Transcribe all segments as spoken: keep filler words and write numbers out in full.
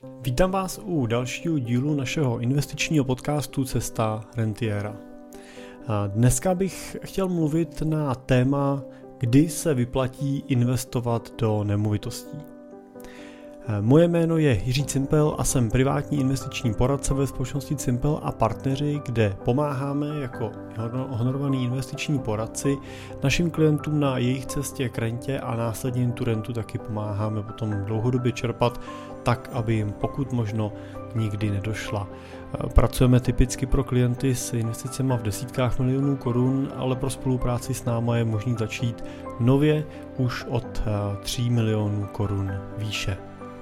Vítám vás u dalšího dílu našeho investičního podcastu Cesta rentiéra. Dneska bych chtěl mluvit na téma, kdy se vyplatí investovat do nemovitostí. Moje jméno je Jiří Cimpel a jsem privátní investiční poradce ve společnosti Cimpel a partneři, kde pomáháme jako honorovaný investiční poradci našim klientům na jejich cestě k rentě a následně jim tu rentu taky pomáháme potom dlouhodobě čerpat tak, aby jim pokud možno nikdy nedošla. Pracujeme typicky pro klienty s investicemi v desítkách milionů korun, ale pro spolupráci s náma je možný začít nově už od tří milionů korun výše.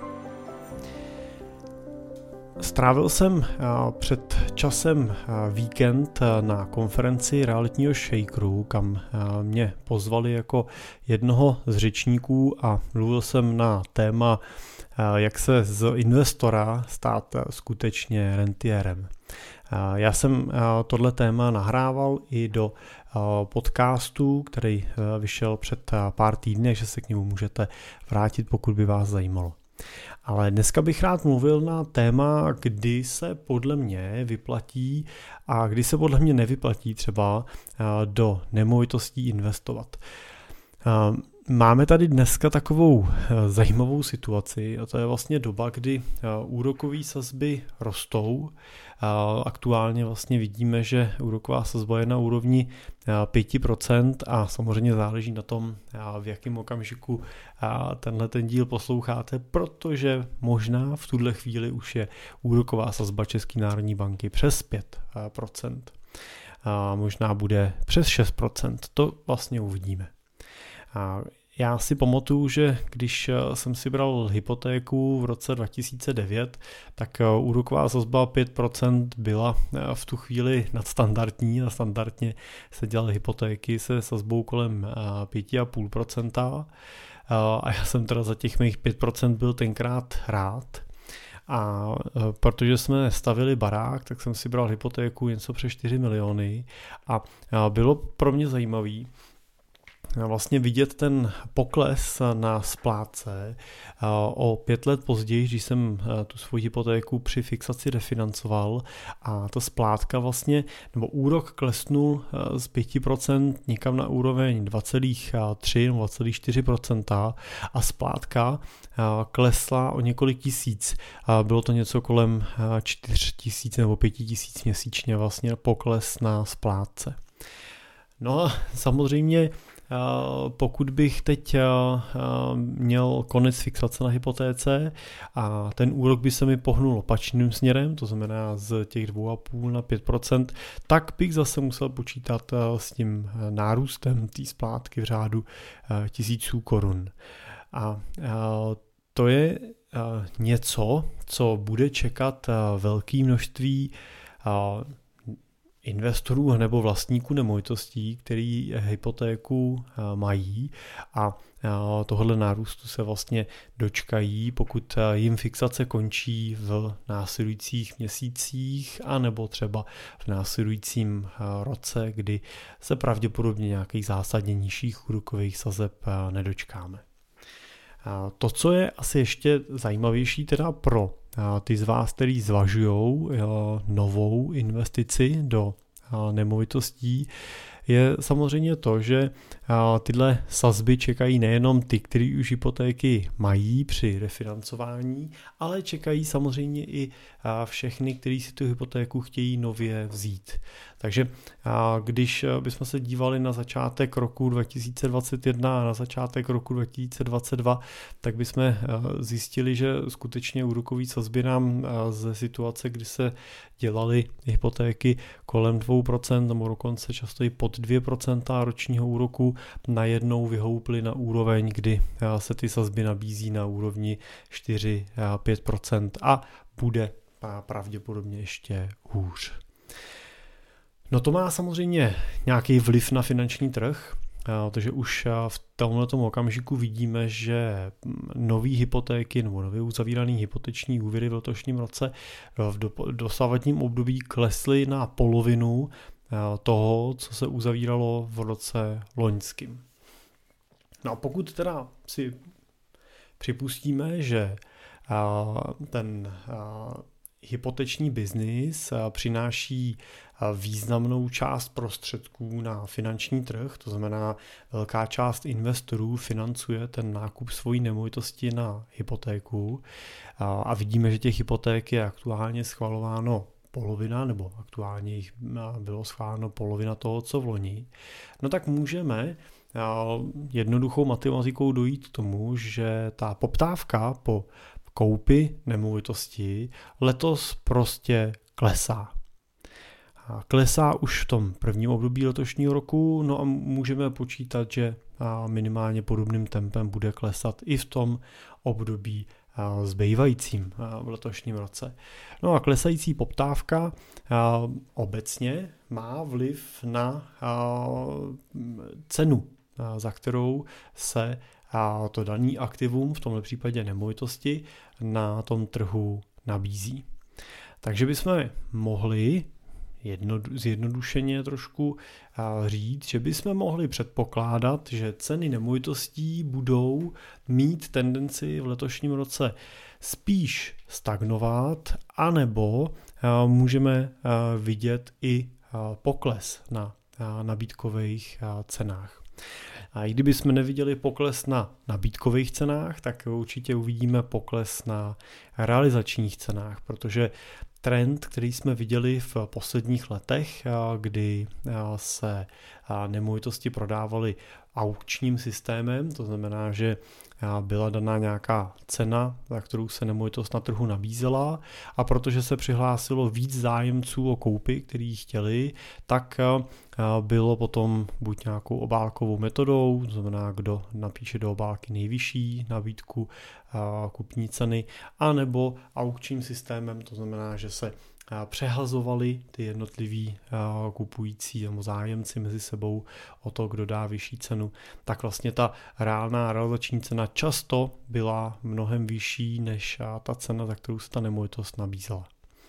Strávil jsem před časem víkend na konferenci realitního shakeru, kam mě pozvali jako jednoho z řečníků a mluvil jsem na téma, jak se z investora stát skutečně rentiérem. Já jsem tohle téma nahrával i do podcastu, který vyšel před pár týdny, takže se k němu můžete vrátit, pokud by vás zajímalo. Ale dneska bych rád mluvil na téma, kdy se podle mě vyplatí a kdy se podle mě nevyplatí třeba do nemovitostí investovat. Máme tady dneska takovou zajímavou situaci a to je vlastně doba, kdy úrokové sazby rostou. Aktuálně vlastně vidíme, že úroková sazba je na úrovni pět procent a samozřejmě záleží na tom, v jakém okamžiku tenhle ten díl posloucháte, protože možná v tuhle chvíli už je úroková sazba České národní banky přes pět procent. Možná bude přes šest procent, to vlastně uvidíme. Já si pamatuju, že když jsem si bral hypotéku v roce dva tisíce devět, tak úroková sazba pět procent byla v tu chvíli nadstandardní a standardně se dělaly hypotéky se sazbou kolem pět celá pět procenta a já jsem teda za těch mých pět procent byl tenkrát rád. A protože jsme stavili barák, tak jsem si bral hypotéku něco přes čtyři miliony a bylo pro mě zajímavý vlastně vidět ten pokles na splátce o pět let později, když jsem tu svoji hypotéku při fixaci refinancoval a ta splátka vlastně, nebo úrok klesnul z pět procent někam na úroveň dva celá tři nebo dva celá čtyři procenta a splátka klesla o několik tisíc. Bylo to něco kolem čtyři tisíce nebo pět tisíc měsíčně vlastně pokles na splátce. No a samozřejmě pokud bych teď měl konec fixace na hypotéce a ten úrok by se mi pohnul opačným směrem, to znamená z těch dva celá pět na pět procent, tak bych zase musel počítat s tím nárůstem té splátky v řádu tisíců korun. A to je něco, co bude čekat velké množství investorů nebo vlastníků nemovitostí, který hypotéku mají a tohle nárůstu se vlastně dočkají, pokud jim fixace končí v následujících měsících a nebo třeba v následujícím roce, kdy se pravděpodobně nějakých zásadně nižších úrokových sazeb nedočkáme. To, co je asi ještě zajímavější teda pro ty z vás, kteří zvažují novou investici do nemovitostí, je samozřejmě to, že tyhle sazby čekají nejenom ty, kteří už hypotéky mají při refinancování, ale čekají samozřejmě i všechny, kteří si tu hypotéku chtějí nově vzít. Takže když bychom se dívali na začátek roku dva tisíce dvacet jedna a na začátek roku dva tisíce dvacet dva, tak bychom zjistili, že skutečně úrokové sazby nám ze situace, kdy se dělaly hypotéky kolem dvě procenta nebo dokonce často i pod dvě procenta ročního úroku, najednou vyhouply na úroveň, kdy se ty sazby nabízí na úrovni čtyři až pět procent a bude pravděpodobně ještě hůř. No to má samozřejmě nějaký vliv na finanční trh, protože už v tomto okamžiku vidíme, že nový hypotéky nebo nově uzavíraný hypoteční úvěry v letošním roce v dosavadním období klesly na polovinu toho, co se uzavíralo v roce loňským. No a pokud teda si připustíme, že ten hypoteční biznis přináší významnou část prostředků na finanční trh, to znamená velká část investorů financuje ten nákup svojí nemovitosti na hypotéku a vidíme, že těch hypoték je aktuálně schvalováno polovina, nebo aktuálně jich bylo schváleno polovina toho, co v loni, no tak můžeme jednoduchou matematikou dojít k tomu, že ta poptávka po koupi nemovitosti letos prostě klesá. Klesá už v tom prvním období letošního roku, no a můžeme počítat, že minimálně podobným tempem bude klesat i v tom období zbývajícím v letošním roce. No a klesající poptávka obecně má vliv na cenu, za kterou se to daný aktivum, v tomhle případě nemovitosti, na tom trhu nabízí. Takže bychom mohli jedno, zjednodušeně trošku říct, že bychom mohli předpokládat, že ceny nemovitostí budou mít tendenci v letošním roce spíš stagnovat, anebo můžeme vidět i pokles na nabídkových cenách. A i kdyby jsme neviděli pokles na nabídkových cenách, tak určitě uvidíme pokles na realizačních cenách, protože trend, který jsme viděli v posledních letech, kdy se nemovitosti prodávaly aukčním systémem, to znamená, že byla daná nějaká cena, za kterou se nemovitost na trhu nabízela, a protože se přihlásilo víc zájemců o koupi, kteří chtěli, tak bylo potom buď nějakou obálkovou metodou, to znamená, kdo napíše do obálky nejvyšší nabídku kupní ceny, anebo aukčním systémem, to znamená, že se přehazovali ty jednotliví kupující nebo zájemci mezi sebou o to, kdo dá vyšší cenu, tak vlastně ta reálná realizační cena často byla mnohem vyšší než ta cena, za kterou se ta nemovitost nabízela.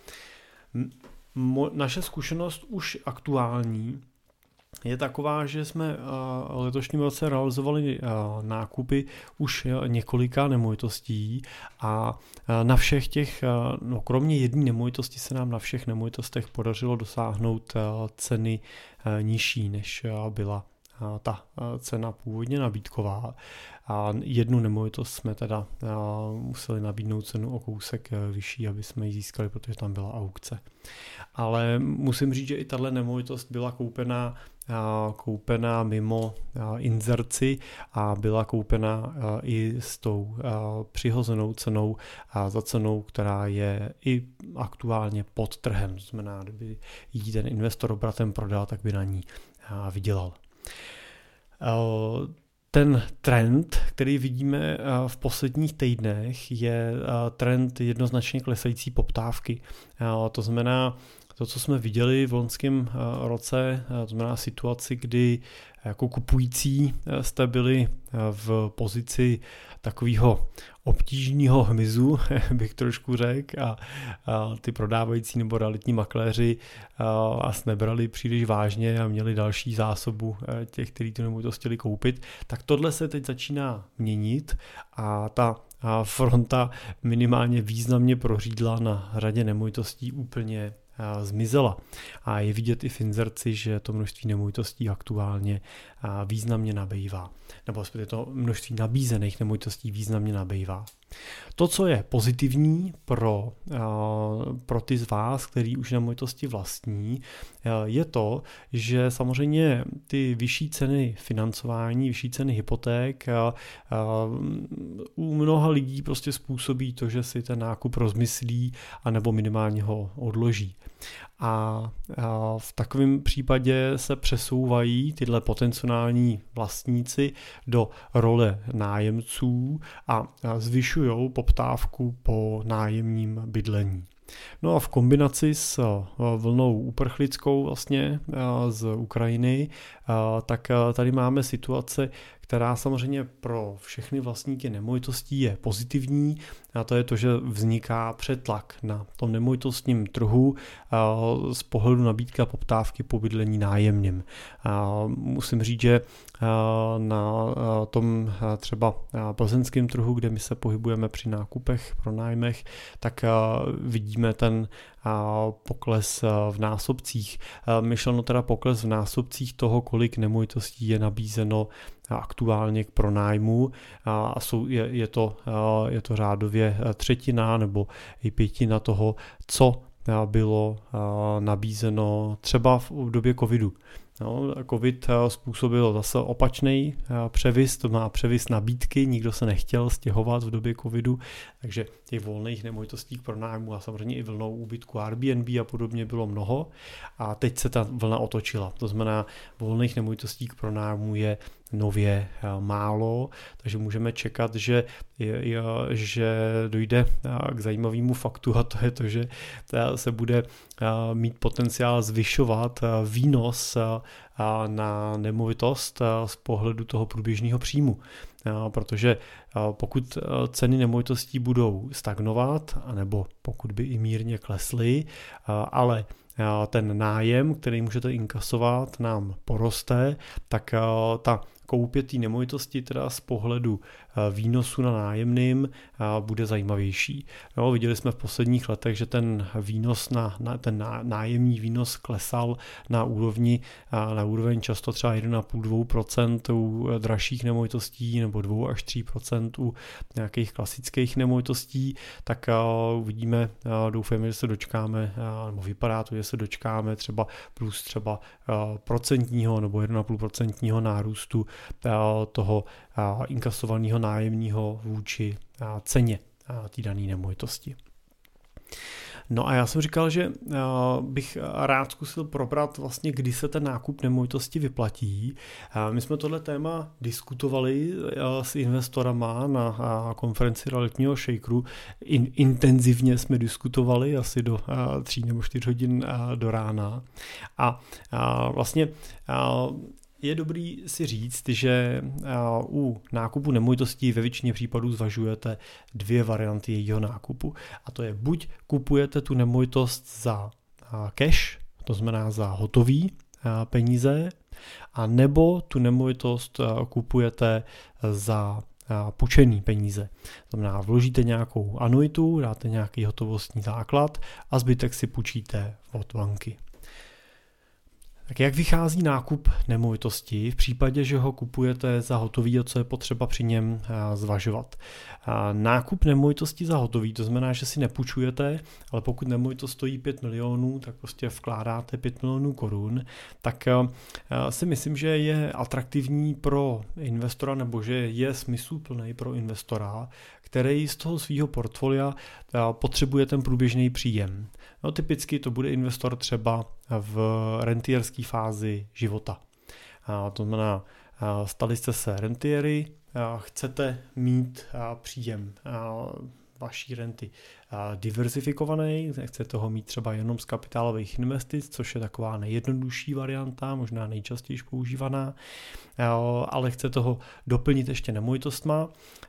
Naše zkušenost už aktuální je taková, že jsme v letošním roce realizovali nákupy už několika nemovitostí a na všech těch, no kromě jedné nemovitosti se nám na všech nemovitostech podařilo dosáhnout ceny nižší, než byla ta cena původně nabídková. A jednu nemovitost jsme teda museli nabídnout cenu o kousek vyšší, aby jsme ji získali, protože tam byla aukce. Ale musím říct, že i tahle nemovitost byla koupená koupená mimo inzerci a byla koupená i s tou přihozenou cenou za cenou, která je i aktuálně pod trhem. To znamená, kdyby jí ten investor obratem prodal, tak by na ní vydělal. Ten trend, který vidíme v posledních týdnech, je trend jednoznačně klesající poptávky. To znamená, to, co jsme viděli v loňském roce, to znamená situaci, kdy jako kupující jste byli v pozici takového obtížného hmyzu, bych trošku řekl, a, a ty prodávající nebo realitní makléři vás nebrali příliš vážně a měli další zásobu těch, kteří tu nemovitost chtěli koupit, tak tohle se teď začíná měnit a ta fronta minimálně významně prořídla na řadě nemovitostí úplně zmizela. A je vidět i v inzerci, že to množství nemovitostí aktuálně významně nabývá. Nebo to množství nabízených nemovitostí významně nabývá. To, co je pozitivní pro, pro ty z vás, kteří už nemovitosti vlastní, je to, že samozřejmě ty vyšší ceny financování, vyšší ceny hypoték u mnoha lidí prostě způsobí to, že si ten nákup rozmyslí anebo minimálně ho odloží. A v takovém případě se přesouvají tyhle potenciální vlastníci do role nájemců a zvyšují poptávku po nájemním bydlení. No a v kombinaci s vlnou uprchlickou vlastně z Ukrajiny, tak tady máme situace, která samozřejmě pro všechny vlastníky nemovitostí je pozitivní, a to je to, že vzniká přetlak na tom nemovitostním trhu z pohledu nabídky a poptávky po bydlení nájemním. Musím říct, že na tom třeba plzeňském trhu, kde my se pohybujeme při nákupech, pronájmech, tak vidíme ten pokles v násobcích. Myšleno teda pokles v násobcích toho, kolik nemovitostí je nabízeno aktuálně k pronájmu a jsou, je, je, to, je to řádově třetina nebo i pětina toho, co bylo nabízeno třeba v době covidu. No, COVID způsobil zase opačný převis, to má převis nabídky, nikdo se nechtěl stěhovat v době covidu, takže těch volných nemovitostí k pronájmu a samozřejmě i vlnou úbytku Airbnb a podobně bylo mnoho a teď se ta vlna otočila. To znamená, volných nemovitostí k pronájmu je nově málo, takže můžeme čekat, že, že dojde k zajímavému faktu a to je to, že se bude mít potenciál zvyšovat výnos na nemovitost z pohledu toho průběžného příjmu. Protože pokud ceny nemovitostí budou stagnovat, anebo pokud by i mírně klesly, ale ten nájem, který můžete inkasovat, nám poroste, tak ta koupě té nemovitosti teda z pohledu výnosu na nájemným bude zajímavější. No, viděli jsme v posledních letech, že ten výnos na, na ten nájemní výnos klesal na úrovni na úroveň často třeba jedna celá pět až dva procenta u dražších nemovitostí nebo dva až tři procenta u nějakých klasických nemovitostí, tak uvidíme, doufujeme, že se dočkáme, nebo vypadá to, že se dočkáme třeba plus třeba procentního nebo jedna celá pět procentního nárůstu toho inkasovaného nájemního vůči ceně té dané nemovitosti. No a já jsem říkal, že bych rád zkusil probrat vlastně, kdy se ten nákup nemovitosti vyplatí. My jsme tohle téma diskutovali s investorama na konferenci realitního shakeru. In, intenzivně jsme diskutovali asi do tří nebo čtyř hodin do rána. A vlastně je dobrý si říct, že u nákupu nemovitostí ve většině případů zvažujete dvě varianty jejího nákupu. A to je buď kupujete tu nemovitost za cash, to znamená za hotový peníze, a nebo tu nemovitost kupujete za půjčený peníze. To znamená, vložíte nějakou anuitu, dáte nějaký hotovostní základ a zbytek si půjčíte od banky. Tak jak vychází nákup nemovitosti v případě, že ho kupujete za hotový a co je potřeba při něm zvažovat? Nákup nemovitosti za hotový, to znamená, že si nepůjčujete, ale pokud nemovitost stojí pět milionů, tak prostě vkládáte pět milionů korun, tak si myslím, že je atraktivní pro investora nebo že je smysluplný pro investora, který z toho svého portfolia potřebuje ten průběžný příjem. No, typicky to bude investor třeba v rentierské fázi života. A to znamená, stali jste se rentiery, chcete mít příjem vaší renty diverzifikovaný, chcete ho mít třeba jenom z kapitálových investic, což je taková nejjednodušší varianta, možná nejčastěji používaná, ale chcete ho doplnit ještě nemovitostma.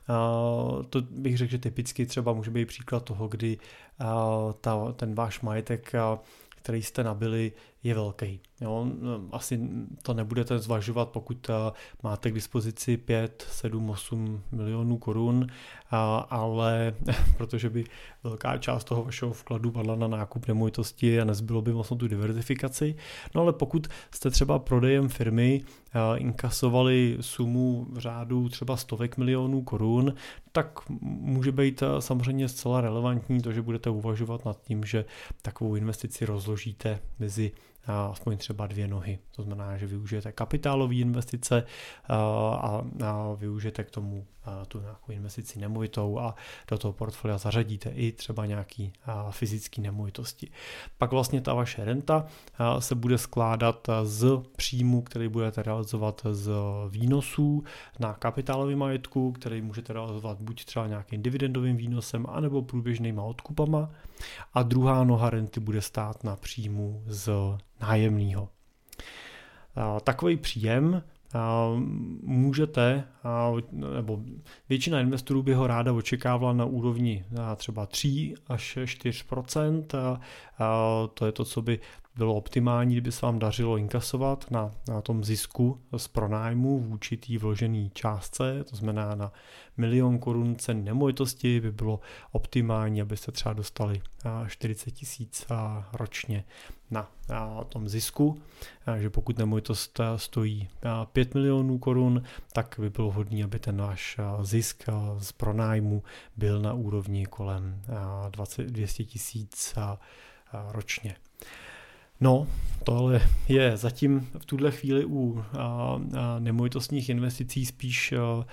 To bych řekl, že typicky třeba může být příklad toho, kdy ta, ten váš majetek, který jste nabili, je velký. Jo, asi to nebudete zvažovat, pokud máte k dispozici pět, sedm, osm milionů korun, ale protože by velká část toho vašeho vkladu padla na nákup nemovitosti a nezbylo by moc na tu diverzifikaci. No ale pokud jste třeba prodejem firmy inkasovali sumu v řádu třeba stovek milionů korun, tak může být samozřejmě zcela relevantní to, že budete uvažovat nad tím, že takovou investici rozložíte mezi aspoň třeba dvě nohy. To znamená, že využijete kapitálové investice a využijete k tomu tu nějakou investici nemovitou a do toho portfolia zařadíte i třeba nějaký fyzický nemovitosti. Pak vlastně ta vaše renta se bude skládat z příjmu, který budete realizovat z výnosů na kapitálovém majetku, který můžete realizovat buď třeba nějakým dividendovým výnosem, anebo průběžnýma odkupama. A druhá noha renty bude stát na příjmu z nájemného. Takový příjem můžete, nebo většina investorů by ho ráda očekávala na úrovni třeba tři až čtyři procenta. To je to, co by bylo optimální, kdyby se vám dařilo inkasovat na, na tom zisku z pronájmu vůči té vložené částce, to znamená na milion korun cen nemovitosti by bylo optimální, abyste třeba dostali čtyřicet tisíc ročně na, na tom zisku, že pokud nemovitost stojí pět milionů korun, tak by bylo vhodné, aby ten váš zisk z pronájmu byl na úrovni kolem dvě stě tisíc ročně. No, tohle je zatím v tuhle chvíli u a, a nemovitostních investicí spíš, a,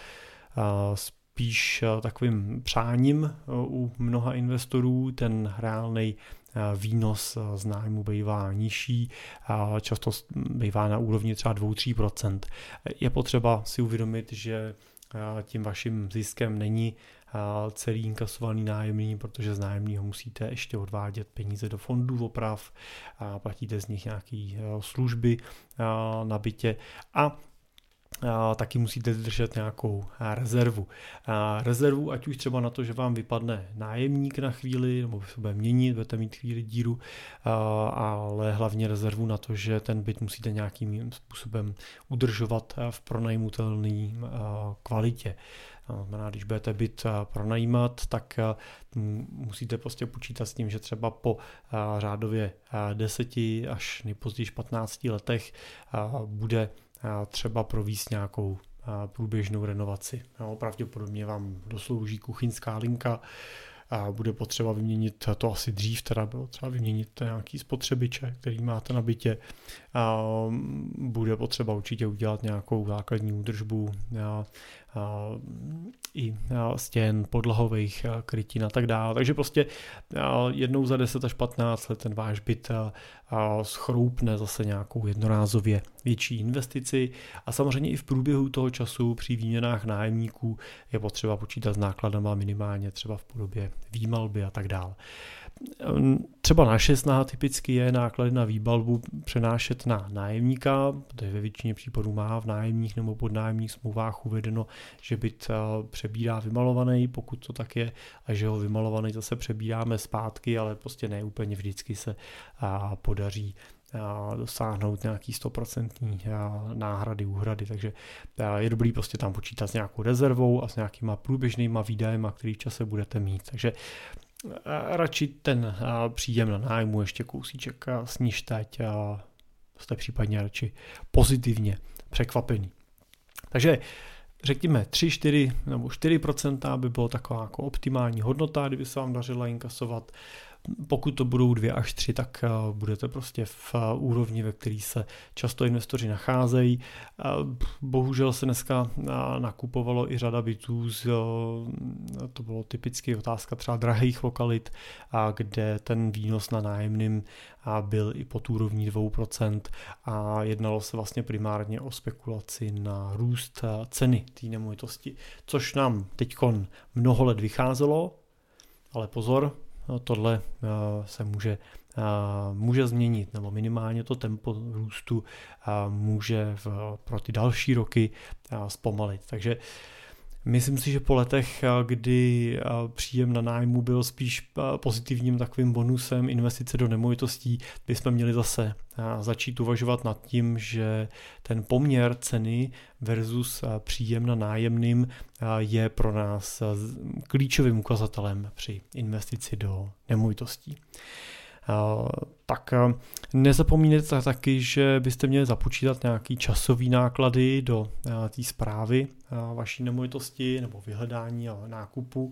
spíš takovým přáním u mnoha investorů. Ten reálný výnos z nájmu bývá nižší, a často bývá na úrovni třeba dva až tři procenta. Je potřeba si uvědomit, že tím vaším ziskem není celý inkasovaný nájemný, protože z nájemního musíte ještě odvádět peníze do fondů oprav, platíte z nich nějaké služby na bytě a taky musíte držet nějakou rezervu. Rezervu, ať už třeba na to, že vám vypadne nájemník na chvíli, nebo se bude měnit, budete mít chvíli díru, ale hlavně rezervu na to, že ten byt musíte nějakým způsobem udržovat v pronajmutelné kvalitě. Znamená, když budete byt pronajímat, tak musíte prostě počítat s tím, že třeba po řádově deseti až nejpozději patnácti letech bude třeba provést nějakou průběžnou renovaci. No, pravděpodobně vám doslouží kuchyňská linka a bude potřeba vyměnit, to asi dřív teda bylo třeba vyměnit nějaký spotřebiče, který máte na bytě. A bude potřeba určitě udělat nějakou základní údržbu a, a, i a stěn, podlahových krytin a tak dále. Takže prostě a, jednou za deset až patnáct let ten váš byt a, a schroupne zase nějakou jednorázově větší investici a samozřejmě i v průběhu toho času při výměnách nájemníků je potřeba počítat s nákladama minimálně třeba v podobě výmalby a tak dále. Třeba naše snaha typicky je náklady na výbalbu přenášet na nájemníka, protože ve většině případů má v nájemních nebo podnájemních smlouvách uvedeno, že byt přebírá vymalovaný, pokud to tak je, a že ho vymalovaný zase přebíráme zpátky, ale prostě ne úplně vždycky se podaří dosáhnout nějaký stoprocentní náhrady, úhrady, takže je dobrý prostě tam počítat s nějakou rezervou a s nějakýma průběžnýma výdajema, který v čase budete mít, takže radši ten příjem na nájmu ještě kousíček snižte, ať jste případně radši pozitivně překvapený. Takže řekněme tři, čtyři nebo čtyři procenta by bylo taková jako optimální hodnota, kdyby se vám dařila inkasovat. Pokud to budou dvě až tři, tak budete prostě v úrovni, ve které se často investoři nacházejí. Bohužel se dneska nakupovalo i řada bytů, z, to bylo typicky otázka třeba drahých lokalit, kde ten výnos na nájemným byl i pod úrovní dvě procenta a jednalo se vlastně primárně o spekulaci na růst ceny té nemovitosti, což nám teďkon mnoho let vycházelo, ale pozor, tohle se může, může změnit, nebo minimálně to tempo růstu může v, pro ty další roky zpomalit. Takže myslím si, že po letech, kdy příjem na nájmu byl spíš pozitivním takovým bonusem investice do nemovitostí, bychom měli zase začít uvažovat nad tím, že ten poměr ceny versus příjem na nájemným je pro nás klíčovým ukazatelem při investici do nemovitostí. Tak nezapomínejte taky, že byste měli započítat nějaký časový náklady do té správy vaší nemovitosti nebo vyhledání a nákupu.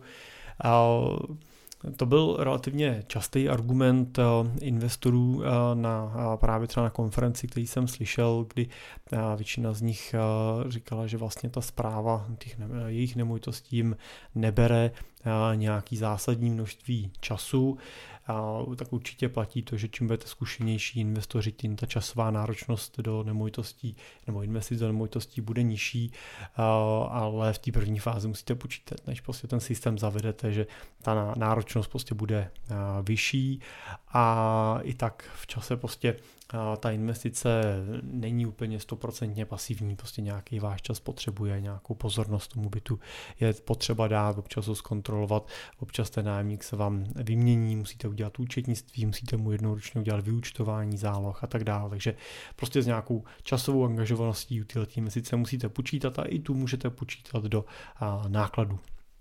To byl relativně častý argument investorů na, právě třeba na konferenci, který jsem slyšel, kdy většina z nich říkala, že vlastně ta správa těch jejich nemovitostí jim nebere nějaký zásadní množství času, tak určitě platí to, že čím budete zkušenější investoři, tím ta časová náročnost do nemovitostí nebo investic do nemovitostí bude nižší, ale v té první fázi musíte počítat, než prostě ten systém zavedete, že ta náročnost prostě bude vyšší a i tak v čase prostě ta investice není úplně stoprocentně pasivní, prostě nějaký váš čas potřebuje, nějakou pozornost tomu bytu je potřeba dát, občas ho zkontrolovat, občas ten nájemník se vám vymění, musíte udělat účetnictví, musíte mu jednou ročně udělat vyúčtování záloh a tak dále, takže prostě s nějakou časovou angažovaností tyhle investice musíte počítat a i tu můžete počítat do nákladů.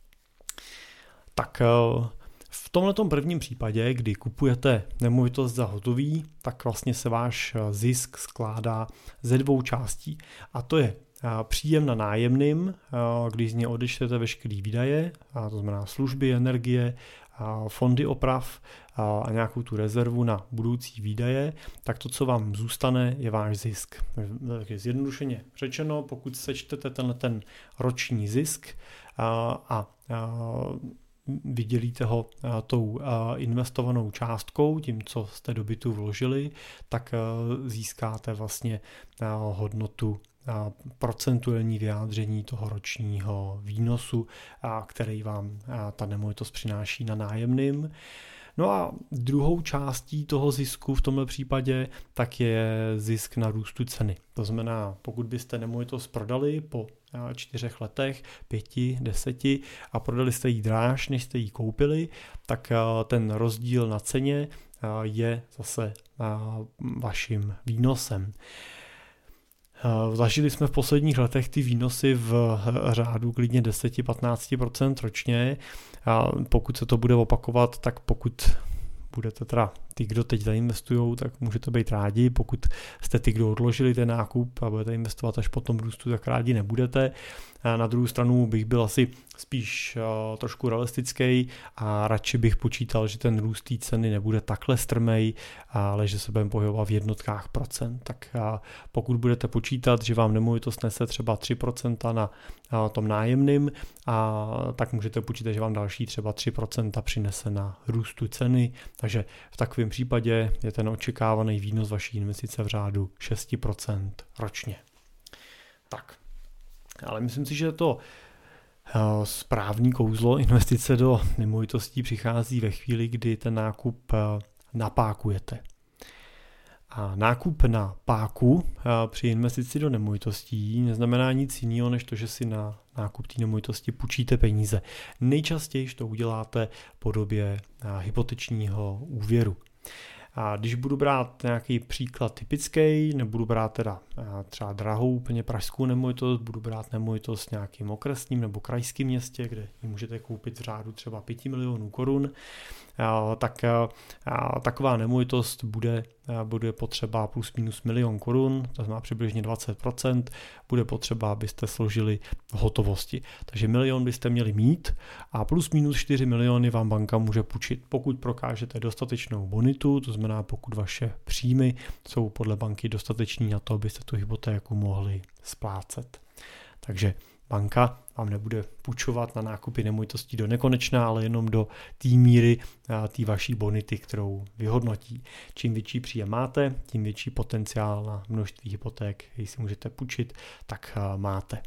Tak v tomhletom prvním případě, kdy kupujete nemovitost za hotový, tak vlastně se váš zisk skládá ze dvou částí. A to je příjem na nájemným, když z něj odečtete veškerý výdaje, a to znamená služby, energie, fondy oprav a nějakou tu rezervu na budoucí výdaje, tak to, co vám zůstane, je váš zisk. Zjednodušeně řečeno, pokud sečtete tenhle ten roční zisk a, a, a vydělíte ho tou investovanou částkou, tím, co jste do bytu vložili, tak získáte vlastně hodnotu procentuální vyjádření toho ročního výnosu, který vám ta nemovitost přináší na nájemným. No a druhou částí toho zisku v tomhle případě tak je zisk na růstu ceny. To znamená, pokud byste nemovitost prodali po čtyřech letech, pěti, deseti a prodali jste ji dráž, než jste ji koupili, tak ten rozdíl na ceně je zase vaším výnosem. Zažili jsme v posledních letech ty výnosy v řádu klidně deset až patnáct procent ročně. Pokud se to bude opakovat, tak pokud budete teda ty, kdo teď zainvestují, tak můžete být rádi. Pokud jste ty, kdo odložili ten nákup a budete investovat až po tom růstu, tak rádi nebudete. Na druhou stranu bych byl asi spíš uh, trošku realistický a radši bych počítal, že ten růst té ceny nebude takhle strmej, ale že se budeme pohybovat v jednotkách procent. Tak uh, pokud budete počítat, že vám nemovitost nese třeba tři procenta na uh, tom nájemným, a tak můžete počítat, že vám další třeba tři procenta přinese na růstu ceny. Takže v takovém případě je ten očekávaný výnos vaší investice v řádu šest procent ročně. Tak. Ale myslím si, že to správný kouzlo investice do nemovitostí přichází ve chvíli, kdy ten nákup napákujete. A nákup na páku při investici do nemovitostí neznamená nic jiného, než to, že si na nákup té nemovitosti půjčíte peníze. Nejčastěji to uděláte v podobě hypotečního úvěru. A když budu brát nějaký příklad typický, nebudu brát teda třeba drahou úplně pražskou nemovitost, budu brát nemovitost v nějakým okresním nebo krajském městě, kde ji můžete koupit v řádu třeba pět milionů korun, tak taková nemovitost bude, bude potřeba plus minus milion korun, to znamená přibližně dvacet procent, bude potřeba, abyste složili v hotovosti. Takže milion byste měli mít a plus minus čtyři miliony vám banka může půjčit, pokud prokážete dostatečnou bonitu, to znamená pokud vaše příjmy jsou podle banky dostateční na to, abyste tu hypotéku mohli splácet. Takže banka vám nebude půjčovat na nákupy nemovitostí do nekonečna, ale jenom do té míry té vaší bonity, kterou vyhodnotí. Čím větší příjem máte, tím větší potenciál na množství hypoték, který si můžete půjčit, tak máte.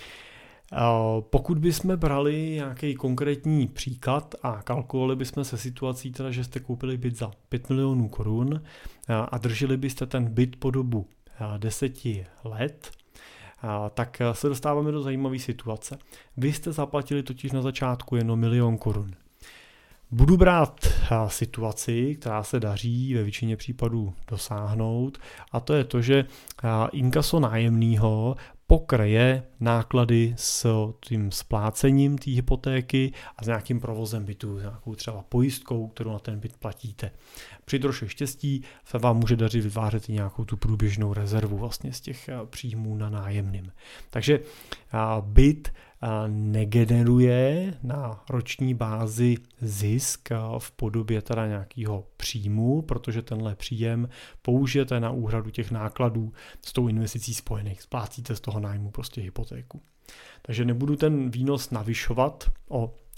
Pokud bychom brali nějaký konkrétní příklad a kalkulovali bychom se situací, teda, že jste koupili byt za pět milionů korun a drželi byste ten byt po dobu deseti let, tak se dostáváme do zajímavé situace. Vy jste zaplatili totiž na začátku jenom milion korun. Budu brát situaci, která se daří ve většině případů dosáhnout, a to je to, že inkaso nájemného pokryje náklady s tím splácením té hypotéky a s nějakým provozem bytu, s nějakou třeba pojistkou, kterou na ten byt platíte. Při troše štěstí se vám může dařit vytvářet i nějakou tu průběžnou rezervu vlastně z těch příjmů na nájemným. Takže byt negeneruje na roční bázi zisk v podobě teda nějakého příjmu, protože tenhle příjem použijete na úhradu těch nákladů s tou investicí spojených. Splácíte z toho nájmu prostě hypotéku. Takže nebudu ten výnos navyšovat o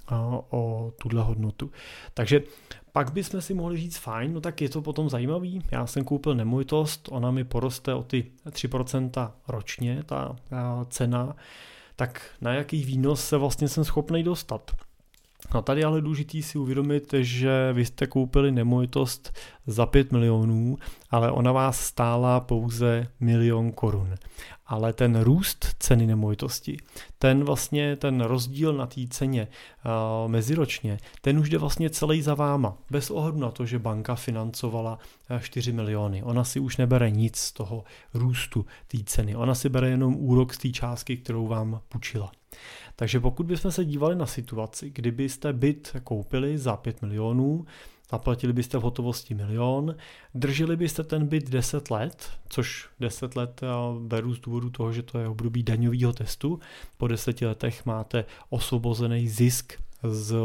o tuhle hodnotu. Takže pak bychom si mohli říct fajn, no tak je to potom zajímavý, já jsem koupil nemovitost, ona mi poroste o ty tři procenta ročně, ta, ta cena, tak na jaký výnos se vlastně jsem schopný dostat. No tady ale důležitý si uvědomit, že vy jste koupili nemovitost za pět milionů, ale ona vás stála pouze milion korun. Ale ten růst ceny nemovitosti, ten vlastně ten rozdíl na té ceně uh, meziročně, ten už jde vlastně celý za váma. Bez ohledu na to, že banka financovala čtyři miliony. Ona si už nebere nic z toho růstu té ceny. Ona si bere jenom úrok z té částky, kterou vám půjčila. Takže pokud bychom se dívali na situaci, kdybyste byt koupili za pět milionů, zaplatili byste v hotovosti milion, drželi byste ten byt deset let, což deset let beru z důvodu toho, že to je období daňového testu. Po deseti letech máte osvobozený zisk z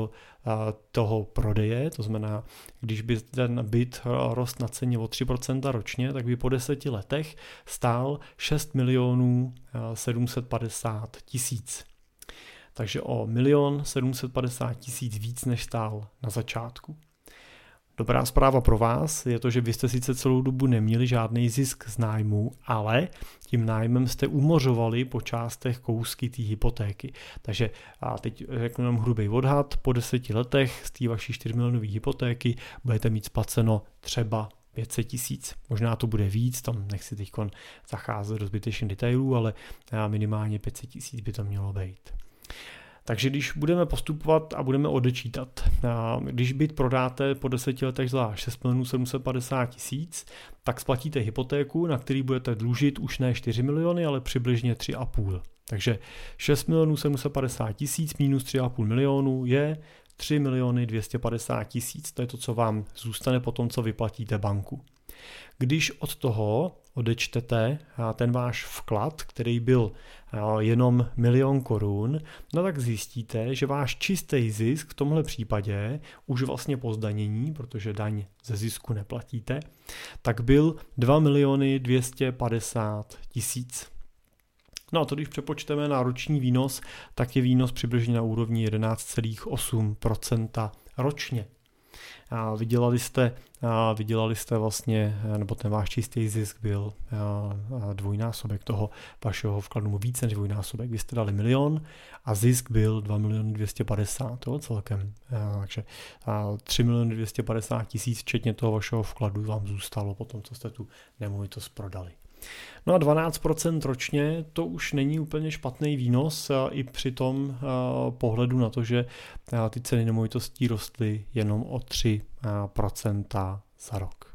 toho prodeje, to znamená, když by ten byt rost na ceně o tři procenta ročně, tak by po deseti letech stál šest milionů sedm set padesát tisíc. Takže o milion sedm set padesát tisíc víc, než stál na začátku. Dobrá zpráva pro vás je to, že vy jste sice celou dobu neměli žádný zisk z nájmu, ale tím nájmem jste umořovali po částech kousky té hypotéky. Takže a teď řeknu nám hrubý odhad, po deseti letech z té vaší čtyřmilionové hypotéky budete mít splaceno třeba pět set tisíc. Možná to bude víc, tam nechci teď zacházet do zbytečných detailů, ale minimálně pět set tisíc by to mělo být. Takže když budeme postupovat a budeme odečítat, když byt prodáte po deseti letech za šest milionů sedm set padesát tisíc, tak splatíte hypotéku, na který budete dlužit už ne čtyři miliony, ale přibližně tři a půl. Takže šest milionů sedm set padesát tisíc minus tři a půl milionu je tři miliony dvě stě padesát tisíc. To je to, co vám zůstane po tom, co vyplatíte banku. Když od toho odečtete ten váš vklad, který byl jenom milion korun, no tak zjistíte, že váš čistý zisk v tomhle případě, už vlastně po zdanění, protože daň ze zisku neplatíte, tak byl dva miliony dvě stě padesát tisíc. No a to, když přepočteme na roční výnos, tak je výnos přibližně na úrovni jedenáct celá osm procenta ročně. A vydělali jste, a vydělali jste vlastně, nebo ten váš čistý zisk byl dvojnásobek toho vašeho vkladu, více než dvojnásobek. Vy jste dali milion a zisk byl dva miliony dvě stě padesát, to celkem. A, takže tři miliony dvě stě padesát tisíc, včetně toho vašeho vkladu, vám zůstalo po tom, co jste tu nemovitost prodali. No a dvanáct procent ročně, to už není úplně špatný výnos i při tom pohledu na to, že ty ceny nemovitostí rostly jenom o tři procenta za rok.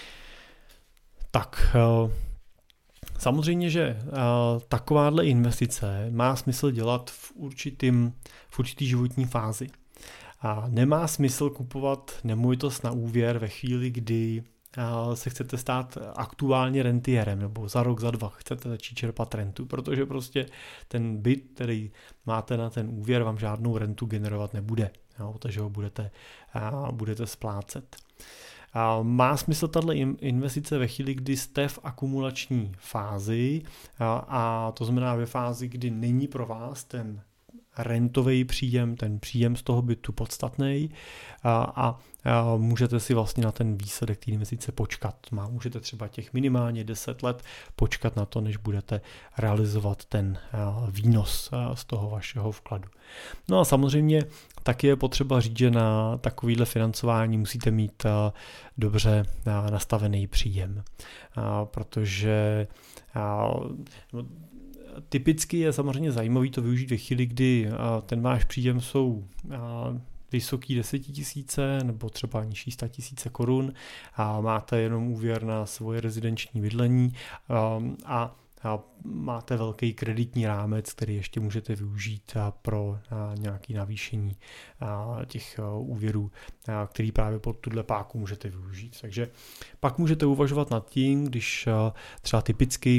Tak, samozřejmě, že takováhle investice má smysl dělat v určitým, v určitý životní fázi. A nemá smysl kupovat nemovitost na úvěr ve chvíli, kdy se chcete stát aktuálně rentiérem, nebo za rok, za dva chcete začít čerpat rentu, protože prostě ten byt, který máte na ten úvěr, vám žádnou rentu generovat nebude, jo, takže ho budete, budete splácet. Má smysl tato investice ve chvíli, kdy jste v akumulační fázi, a to znamená ve fázi, kdy není pro vás ten rentový příjem, ten příjem z toho bytu podstatný a, a, a můžete si vlastně na ten výsledek té investice počkat. Má, můžete třeba těch minimálně deset let počkat na to, než budete realizovat ten a, výnos a, z toho vašeho vkladu. No a samozřejmě taky je potřeba říct, že na takovýhle financování musíte mít a, dobře a, nastavený příjem, a, protože a, no, typicky je samozřejmě zajímavý to využít ve chvíli, kdy ten váš příjem jsou vysoký desetitisíce nebo třeba nižší sta tisíce korun a máte jenom úvěr na svoje rezidenční bydlení a a máte velký kreditní rámec, který ještě můžete využít pro nějaké navýšení těch úvěrů, který právě pod tuhle páku můžete využít. Takže pak můžete uvažovat nad tím, když třeba typicky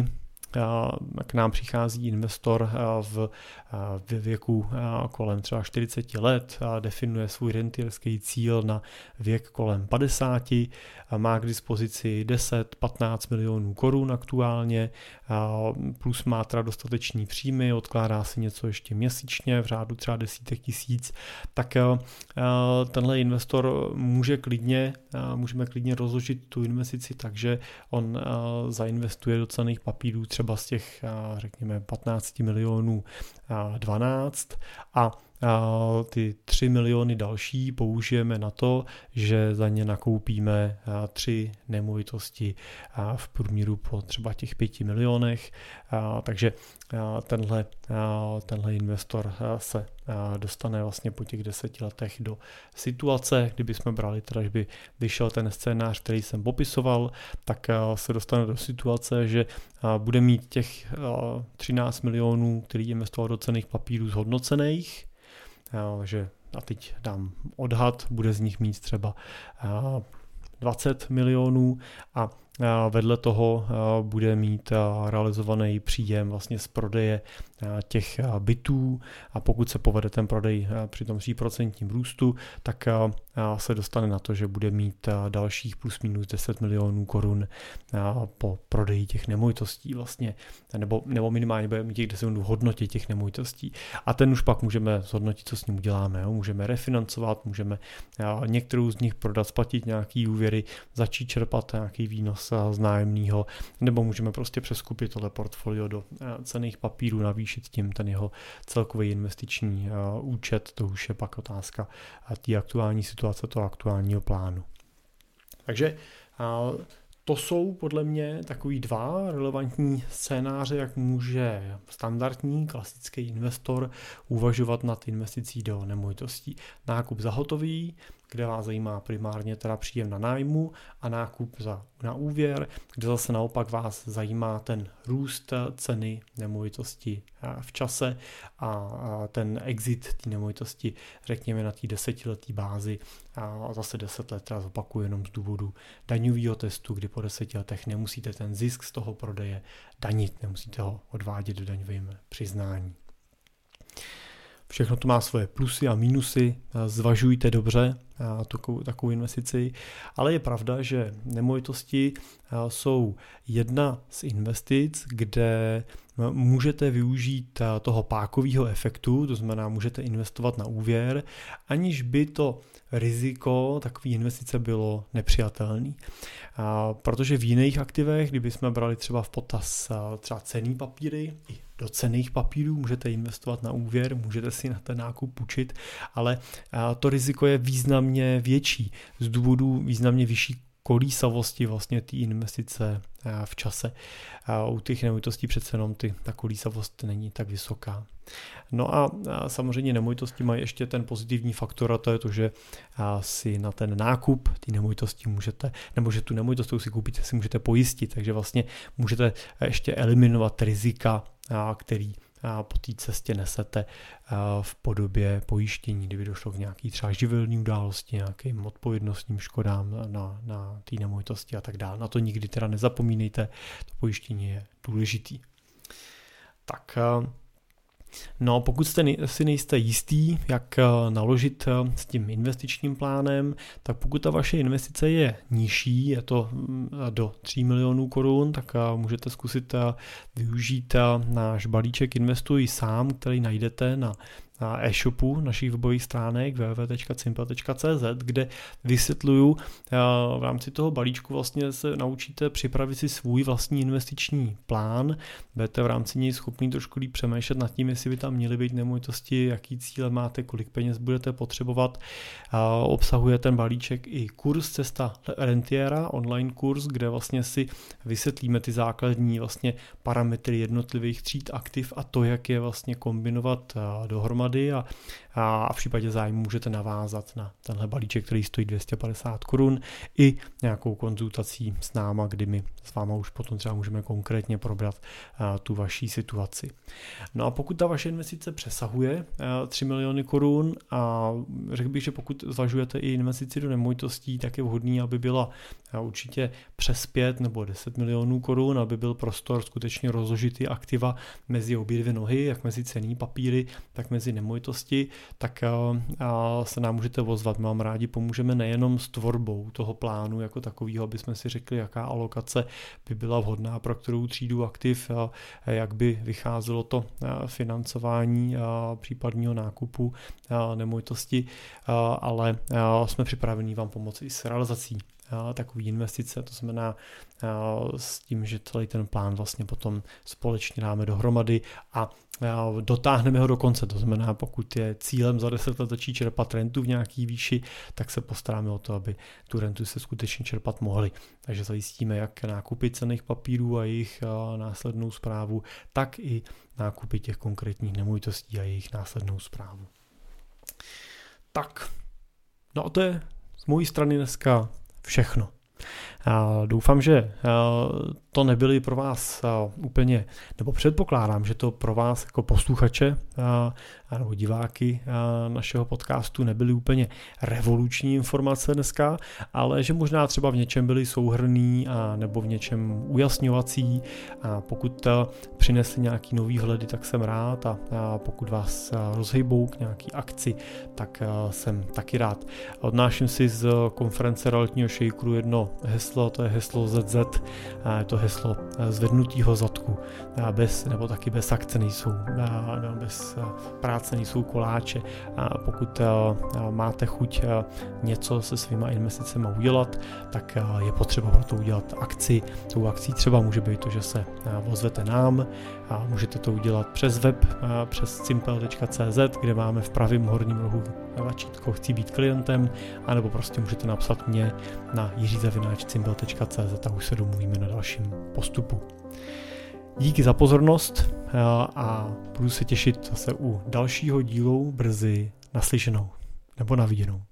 k nám přichází investor v věku kolem třeba čtyřicet let, definuje svůj rentierský cíl na věk kolem padesát, má k dispozici deset patnáct milionů korun aktuálně, plus má teda dostatečný příjmy, odkládá si něco ještě měsíčně v řádu třeba desítek tisíc, tak tenhle investor může klidně, můžeme klidně rozložit tu investici tak, že on zainvestuje do cenných papírů třeba z těch, řekněme, patnáct milionů dvanáct a ty tři miliony další použijeme na to, že za ně nakoupíme tři nemovitosti v průměru po třeba těch pěti milionech, takže tenhle, tenhle investor se dostane vlastně po těch deseti letech do situace, kdyby jsme brali teda, že by vyšel ten scénář, který jsem popisoval, tak se dostane do situace, že bude mít těch třináct milionů, který investoval do cenných papírů zhodnocených, že a teď dám odhad, bude z nich mít třeba dvacet milionů a vedle toho bude mít realizovaný příjem vlastně z prodeje těch bytů a pokud se povede ten prodej při tom tří procentním růstu, tak se dostane na to, že bude mít dalších plus minus deset milionů korun po prodeji těch nemovitostí vlastně, nebo, nebo minimálně bude mít těch deset milionů v hodnotě těch nemovitostí. A ten už pak můžeme zhodnotit, co s ním uděláme. Jo? Můžeme refinancovat, můžeme některou z nich prodat, splatit nějaký úvěry, začít čerpat nějaký výnos z nájemního, nebo můžeme prostě přeskupit tohle portfolio do cenných papírů, navýšit tím ten jeho celkový investiční účet, to už je pak otázka té aktuální situace, toho aktuálního plánu. Takže to jsou podle mě takový dva relevantní scénáře, jak může standardní klasický investor uvažovat nad investicí do nemovitostí. Nákup za hotový, kde vás zajímá primárně teda příjem na nájmu a nákup za, na úvěr, kde zase naopak vás zajímá ten růst ceny nemovitosti v čase a ten exit té nemovitosti, řekněme na té desetiletý bázi a zase deset let teda zopakuju jenom z důvodu daňového testu, kdy po deseti letech nemusíte ten zisk z toho prodeje danit, nemusíte ho odvádět do daňovým přiznání. Všechno to má svoje plusy a mínusy, zvažujte dobře takovou, takovou investici, ale je pravda, že nemovitosti jsou jedna z investic, kde můžete využít toho pákového efektu, to znamená, můžete investovat na úvěr, aniž by to riziko takové investice bylo nepřijatelné. Protože v jiných aktivech, kdyby jsme brali třeba v potaz třeba cenný papíry, i do cenných papírů můžete investovat na úvěr, můžete si na ten nákup půjčit, ale to riziko je významně větší z důvodu významně vyšší kolísavosti vlastně té investice v čase. U těch nemovitostí přece jenom ty, ta kolísavost není tak vysoká. No a samozřejmě nemovitosti mají ještě ten pozitivní faktor a to je to, že si na ten nákup té nemovitosti můžete, nebo že tu nemovitost, kterou si koupíte, si můžete pojistit, takže vlastně můžete ještě eliminovat rizika, který po té cestě nesete v podobě pojištění, kdyby došlo k nějaký třeba živelní události, nějakým odpovědnostním škodám na, na té nemovitosti a tak dále. Na to nikdy teda nezapomínejte, to pojištění je důležitý. Tak no, pokud jste si nejste jistý, jak naložit s tím investičním plánem, tak pokud ta vaše investice je nižší, je to do tří milionů korun, tak můžete zkusit využít náš balíček Investuj sám, který najdete na na e-shopu našich webových stránek w w w tečka cimple tečka c z, kde vysvětluju v rámci toho balíčku vlastně se naučíte připravit si svůj vlastní investiční plán, budete v rámci něj schopný trošku líp přemýšlet nad tím, jestli by tam měly být nemovitosti, jaký cíle máte, kolik peněz budete potřebovat. Obsahuje ten balíček i kurz Cesta rentiera, online kurz, kde vlastně si vysvětlíme ty základní vlastně parametry jednotlivých tříd aktiv a to, jak je vlastně kombinovat dohromady dohromady a, a v případě zájmu můžete navázat na tenhle balíček, který stojí dvě stě padesát korun, i nějakou konzultací s náma, kdy my s váma už potom třeba můžeme konkrétně probrat tu vaší situaci. No a pokud ta vaše investice přesahuje tři miliony korun a řekl bych, že pokud zvažujete i investici do nemovitostí, tak je vhodný, aby byla určitě přes pět nebo deset milionů korun, aby byl prostor skutečně rozložit ty aktiva mezi obě dvě nohy, jak mezi cenný papíry, tak mezi nemovitosti, tak se nám můžete ozvat. My vám rádi pomůžeme nejenom s tvorbou toho plánu jako takového, aby jsme si řekli, jaká alokace by byla vhodná pro kterou třídu aktiv, jak by vycházelo to financování případního nákupu nemovitosti, ale jsme připraveni vám pomoci i s realizací takový investice, to znamená s tím, že celý ten plán vlastně potom společně dáme dohromady a dotáhneme ho do konce, to znamená, pokud je cílem za deset let začít čerpat rentu v nějaký výši, tak se postaráme o to, aby tu rentu se skutečně čerpat mohli. Takže zajistíme jak nákupy cenných papírů a jejich následnou správu, tak i nákupy těch konkrétních nemovitostí a jejich následnou správu. Tak, no a to je z mojí strany dneska všechno. Doufám, že to nebyly pro vás úplně, nebo předpokládám, že to pro vás jako posluchače nebo diváky našeho podcastu nebyly úplně revoluční informace dneska, ale že možná třeba v něčem byly souhrnný a nebo v něčem ujasňovací. A pokud přinesli nějaký nový vhledy, tak jsem rád a pokud vás rozhejbou k nějaký akci, tak jsem taky rád. Odnáším si z konference realitního shakeru jedno heslo, to je heslo zet zet, je to heslo zvednutýho zadku. Bez, nebo taky bez akce nejsou, bez práce nejsou koláče. Pokud máte chuť něco se svýma investicemi udělat, tak je potřeba pro to udělat akci. Tou akcí třeba může být to, že se ozvete nám, a můžete to udělat přes web, přes cimpel tečka cé zet, kde máme v pravém horním rohu tlačítko chci být klientem, anebo prostě můžete napsat mě na jiří zavináč cimpel tečka cé zet a už se domluvíme na dalším postupu. Díky za pozornost a budu se těšit zase u dalšího dílu brzy naslyšenou nebo na viděnou.